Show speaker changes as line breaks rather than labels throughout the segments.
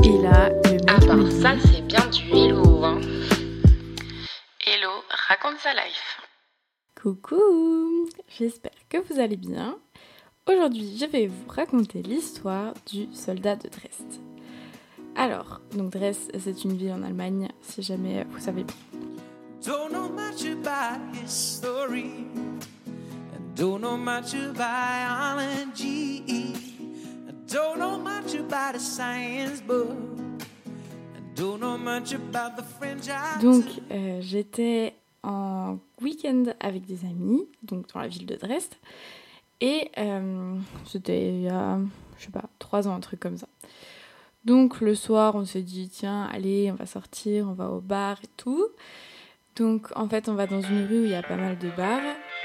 Et là, le mec
Ah bah
me dit,
ça c'est bien du hello hein.
Hello, raconte sa life.
coucou, j'espère que vous allez bien. Aujourd'hui, je vais vous raconter l'histoire du soldat de Dresde. Alors, donc Dresde, c'est une ville en Allemagne, si jamais vous savez pas.
Don't know much about history, and don't know much about biology. I don't know much about a science book, and don't know much about the French.
Donc, j'étais en week-end avec des amis, donc dans la ville de Dresde, et c'était il y a, je sais pas, 3 ans, un truc comme ça. Donc le soir, on s'est dit, tiens, allez, on va sortir, on va au bar et tout. Donc en fait, on va dans une rue où il y a pas mal de bars.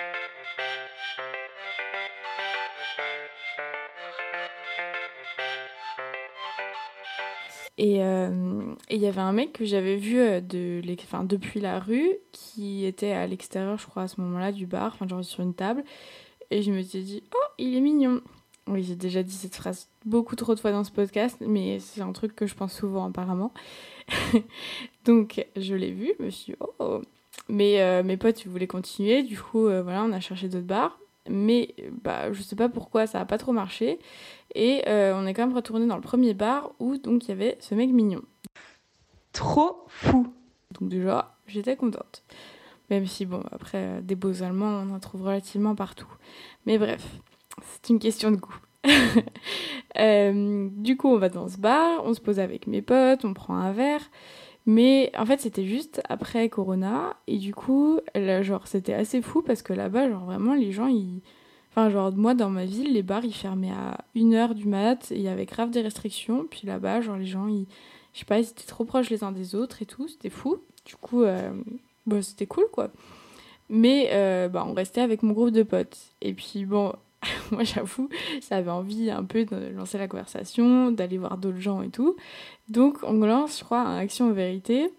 Et il y avait un mec que j'avais vu depuis la rue, qui était à l'extérieur, je crois, à ce moment-là, du bar, enfin genre sur une table. Et je me suis dit, oh, il est mignon. Oui, j'ai déjà dit cette phrase beaucoup trop de fois dans ce podcast, mais c'est un truc que je pense souvent apparemment. Donc je l'ai vu, je me suis dit, oh. Mais mes potes, ils voulaient continuer, du coup, voilà, on a cherché d'autres bars. Mais je sais pas pourquoi, ça a pas trop marché. Et on est quand même retourné dans le premier bar où donc il y avait ce mec mignon. Trop fou. Donc déjà, j'étais contente. Même si, bon, après, des beaux Allemands, on en trouve relativement partout. Mais bref, c'est une question de goût. Du coup, on va dans ce bar, on se pose avec mes potes, on prend un verre. Mais en fait, c'était juste après Corona. Et du coup, là, genre, c'était assez fou parce que là-bas, genre, vraiment, les gens, ils... Enfin, genre, moi, dans ma ville, les bars, ils fermaient à 1h du mat. Et il y avait grave des restrictions. Puis là-bas, genre, les gens, je sais pas, ils étaient trop proches les uns des autres et tout. C'était fou. Du coup, c'était cool, quoi. Mais on restait avec mon groupe de potes. Et puis, bon, moi, j'avoue, j'avais envie un peu de lancer la conversation, d'aller voir d'autres gens et tout. Donc, on lance, je crois, un Action ou Vérité.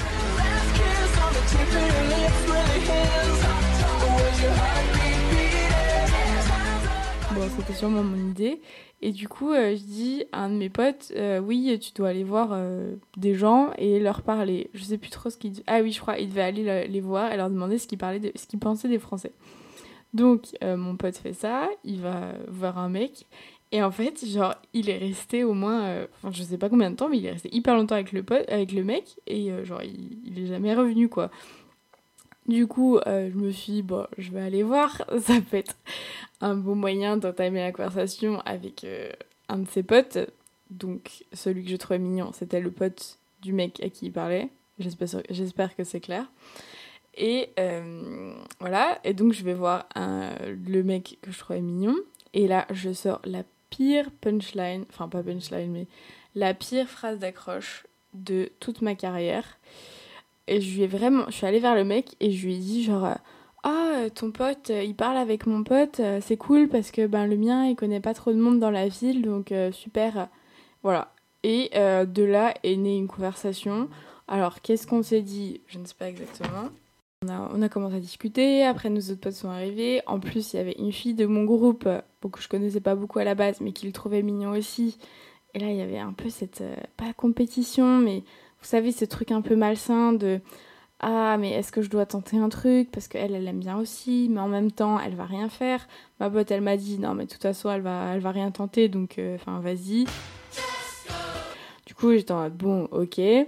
Bon, c'était sûrement mon idée. Et du coup, je dis à un de mes potes, oui, tu dois aller voir des gens et leur parler. Je sais plus trop ce qu'il dit. Ah oui, je crois, il devait aller les voir et leur demander ce qu'ils pensaient des Français. Donc, mon pote fait ça, il va voir un mec. Et en fait, genre, il est resté au moins, je sais pas combien de temps, mais il est resté hyper longtemps avec le mec. Et genre, il est jamais revenu, quoi. Du coup, je me suis dit, je vais aller voir. Ça peut être un bon moyen d'entamer la conversation avec un de ses potes. Donc, celui que je trouvais mignon, c'était le pote du mec à qui il parlait. J'espère que c'est clair. Et voilà. Et donc, je vais voir le mec que je trouvais mignon. Et là, je sors la pire punchline, enfin pas punchline, mais la pire phrase d'accroche de toute ma carrière. Et je suis allée vers le mec et je lui ai dit genre ton pote il parle avec mon pote, c'est cool parce que le mien il connaît pas trop de monde dans la ville, donc super, voilà. Et de là est née une conversation. Alors qu'est-ce qu'on s'est dit, je ne sais pas exactement. On a commencé à discuter, après nos autres potes sont arrivés. En plus il y avait une fille de mon groupe que je connaissais pas beaucoup à la base mais qui le trouvait mignon aussi. Et là il y avait un peu cette pas compétition, mais vous savez, ce truc un peu malsain de « Ah, mais est-ce que je dois tenter un truc ?» Parce qu'elle aime bien aussi, mais en même temps, elle va rien faire. Ma pote, elle m'a dit « Non, mais de toute façon, elle va rien tenter, donc vas-y. » Du coup, j'étais en mode « Bon, ok. » Et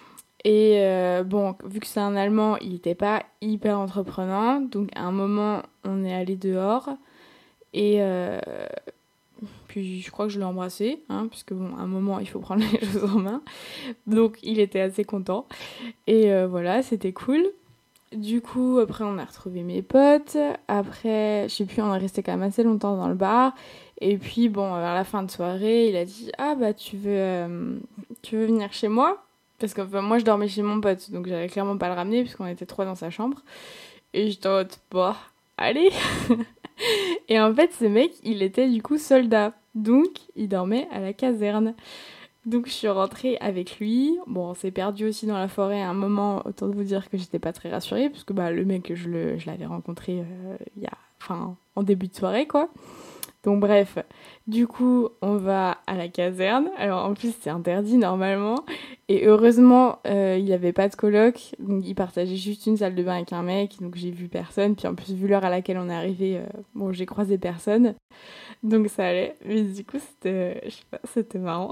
vu que c'est un Allemand, il était pas hyper entreprenant. Donc, à un moment, on est allé dehors. Et... puis je crois que je l'ai embrassé, puisque à un moment il faut prendre les choses en main. Donc il était assez content. Et voilà, c'était cool. Du coup, après on a retrouvé mes potes. Après, je sais plus, on est resté quand même assez longtemps dans le bar. Et puis vers la fin de soirée, il a dit « Ah tu veux venir chez moi ?» Parce que moi je dormais chez mon pote, donc j'allais clairement pas le ramener, puisqu'on était 3 dans sa chambre. Et j'étais en mode « Allez !» Et en fait, ce mec, il était du coup soldat. Donc, il dormait à la caserne. Donc, je suis rentrée avec lui. Bon, on s'est perdu aussi dans la forêt à un moment. Autant de vous dire que j'étais pas très rassurée. Parce que le mec, je l'avais rencontré en début de soirée, quoi. Donc, bref. Du coup, on va à la caserne. Alors, en plus, c'est interdit normalement. Et heureusement, il n'y avait pas de coloc. Donc, il partageait juste une salle de bain avec un mec. Donc, j'ai vu personne. Puis, en plus, vu l'heure à laquelle on est arrivé, bon, j'ai croisé personne. Donc, ça allait. Mais du coup, je sais pas, c'était marrant.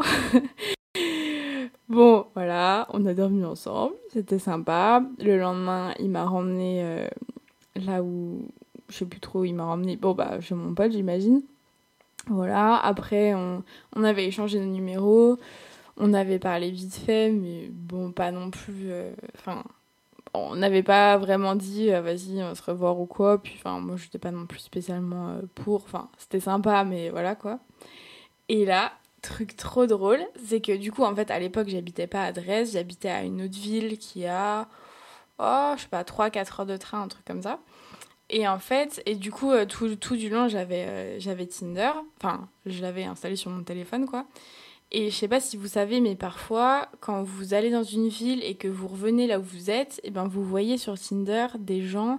Bon, voilà, on a dormi ensemble. C'était sympa. Le lendemain, il m'a ramené là où... Je sais plus trop où il m'a ramené. Bon, bah, chez mon pote, j'imagine. Voilà, après, on avait échangé nos numéros, on avait parlé vite fait, mais bon, pas non plus... Enfin, on n'avait pas vraiment dit, vas-y, on va se revoir ou quoi. Puis, enfin, moi, j'étais pas non plus spécialement pour... Enfin, c'était sympa, mais voilà, quoi. Et là, truc trop drôle, c'est que du coup, en fait, à l'époque, j'habitais pas à Dresde, j'habitais à une autre ville qui a... Oh, je sais pas, 3-4 heures de train, un truc comme ça. Et en fait, et du coup, tout du long, j'avais Tinder. Enfin, je l'avais installé sur mon téléphone, quoi. Et je sais pas si vous savez, mais parfois, quand vous allez dans une ville et que vous revenez là où vous êtes, et ben vous voyez sur Tinder des gens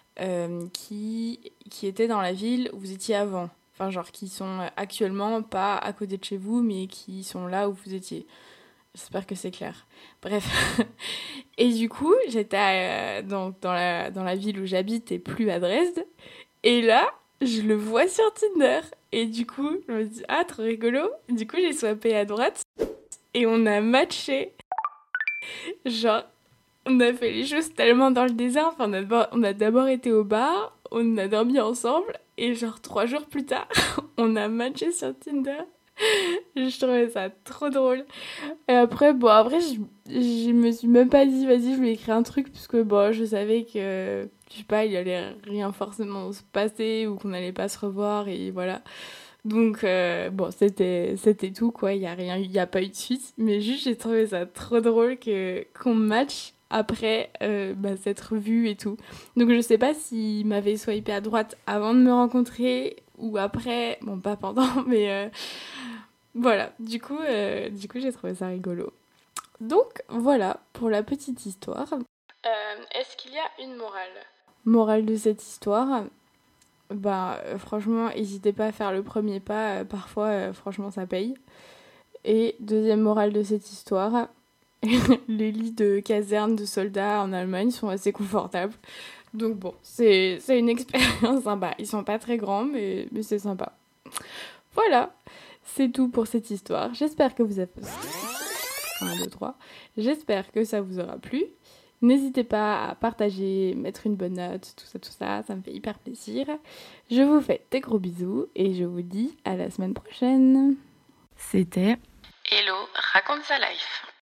qui étaient dans la ville où vous étiez avant. Enfin, genre, qui sont actuellement pas à côté de chez vous, mais qui sont là où vous étiez. J'espère que c'est clair. Bref. Et du coup, j'étais donc dans la ville où j'habite et plus à Dresde. Et là, je le vois sur Tinder. Et du coup, je me dis, ah, trop rigolo. Du coup, j'ai swappé à droite et on a matché. Genre, on a fait les choses tellement dans le désert. Enfin, on a d'abord été au bar, on a dormi ensemble. Et genre, 3 jours plus tard, on a matché sur Tinder. Je trouvais ça trop drôle. Et après, je me suis même pas dit, vas-y, je vais écrire un truc, parce que bon, je savais que, je sais pas, il allait rien forcément se passer, ou qu'on allait pas se revoir, et voilà. Donc, bon, c'était tout, quoi, il y a pas eu de suite, mais juste, j'ai trouvé ça trop drôle qu'on match après s'être vu et tout. Donc, je sais pas s'il m'avait swipé à droite avant de me rencontrer, ou après, bon, pas pendant, mais... Voilà, du coup, j'ai trouvé ça rigolo. Donc, voilà pour la petite histoire. Est-ce qu'il y a une morale? Morale de cette histoire, franchement, n'hésitez pas à faire le premier pas. Parfois, franchement, ça paye. Et deuxième morale de cette histoire, les lits de caserne de soldats en Allemagne sont assez confortables. Donc bon, c'est une expérience sympa. Ils sont pas très grands, mais c'est sympa. Voilà, c'est tout pour cette histoire. J'espère que vous avez... 1, 2, 3. J'espère que ça vous aura plu. N'hésitez pas à partager, mettre une bonne note, tout ça, ça me fait hyper plaisir. Je vous fais des gros bisous et je vous dis à la semaine prochaine. C'était
Hello, raconte sa life.